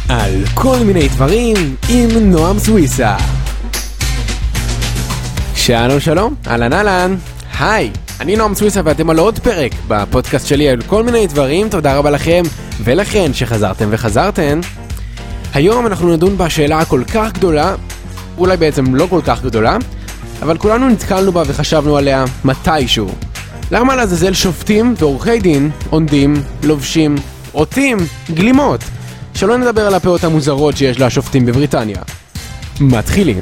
על כל מיני דברים עם נועם סוויסה. שלום שלום, אהלן אהלן, היי, אני נועם סוויסה ואתם על עוד פרק בפודקאסט שלי על כל מיני דברים. תודה רבה לכם ולכן שחזרתם וחזרתן. היום אנחנו נדון בשאלה הכל כך גדולה, אולי בעצם לא כל כך גדולה, אבל כולנו נתקלנו בה וחשבנו עליה מתישהו. למה לעזאזל שופטים ועורכי דין עונדים, לובשים, עוטים, גלימות? שלא נדבר על הפאות המוזרות שיש לשופטים בבריטניה. מתחילים.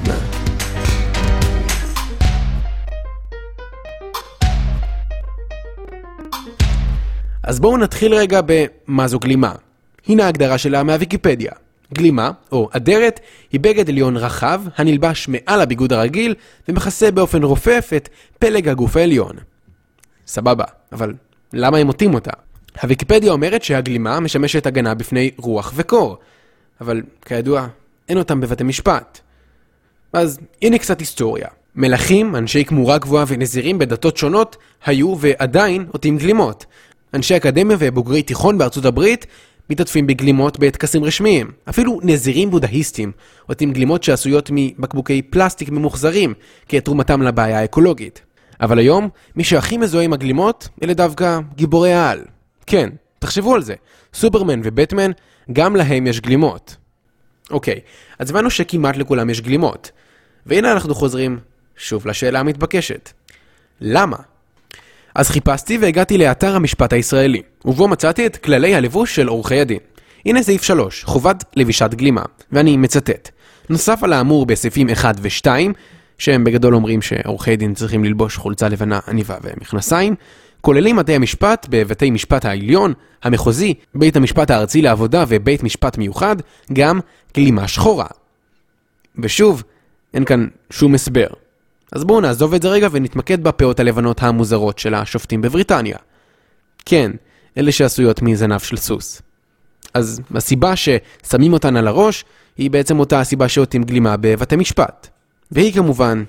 אז בואו נתחיל רגע במה זו גלימה. הנה ההגדרה שלה מהוויקיפדיה. גלימה, או אדרת, היא בגד עליון רחב, הנלבש מעל הביגוד הרגיל, ומכסה באופן רופף את פלג הגוף העליון. סבבה, אבל למה הם עוטים אותה? הוויקיפדיה אומרת שהגלימה משמשת הגנה בפני רוח וקור, אבל כידוע, אין אותם בבתי משפט. אז הנה קצת היסטוריה. מלכים, אנשי כמורה גבוהה ונזירים בדתות שונות, היו ועדיין עוטים גלימות. אנשי אקדמיה ובוגרי תיכון בארצות הברית מתעטפים בגלימות בטקסים רשמיים. אפילו נזירים בודהיסטים עוטים גלימות שעשויות מבקבוקי פלסטיק ממוחזרים, כתרומתם לבעיה האקולוגית. אבל היום, מי שהכי מזוהה עם הגלימות, אלה דווקא גיבורי העל. כן, תחשבו על זה. סופרמן ובטמן, גם להם יש גלימות. אוקיי, אז הבנו שכמעט לכולם יש גלימות. והנה אנחנו חוזרים שוב לשאלה המתבקשת. למה? אז חיפשתי והגעתי לאתר המשפט הישראלי, ובו מצאתי את כללי הלבוש של עורכי הדין. הנה סעיף 3, חובת לבישת גלימה, ואני מצטט. נוסף על האמור בסעיפים 1 ו-2, שהם בגדול אומרים שעורכי דין צריכים ללבוש חולצה לבנה עניבה ומכנסיים, כוללים בתי המשפט בבתי משפט העליון, המחוזי, בית המשפט הארצי לעבודה ובית משפט מיוחד, גם גלימה שחורה. ושוב, אין כאן שום הסבר. אז בואו נעזוב את זה רגע ונתמקד בפאות הלבנות המוזרות של השופטים בבריטניה. כן, אלה שעשויות מזנב של סוס. אז הסיבה ששמים אותן על הראש היא בעצם אותה הסיבה שעוטים גלימה בבתי משפט. והיא כמובן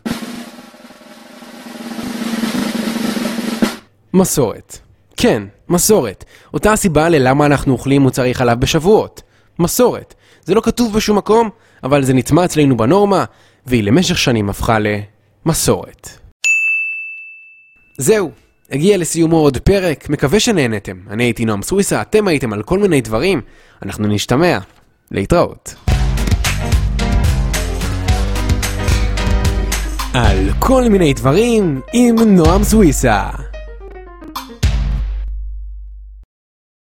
מסורת. כן, מסורת. אותה הסיבה ללמה אנחנו אוכלים מוצרי חלב בשבועות. מסורת. זה לא כתוב בשום מקום, אבל זה נטמע אצלנו בנורמה, והיא למשך שנים הפכה למסורת. זהו, הגיע לסיומו עוד פרק, מקווה שנהנתם. אני הייתי נועם סוויסה, אתם הייתם על כל מיני דברים. אנחנו נשתמע. להתראות. על כל מיני דברים עם נועם סוויסה.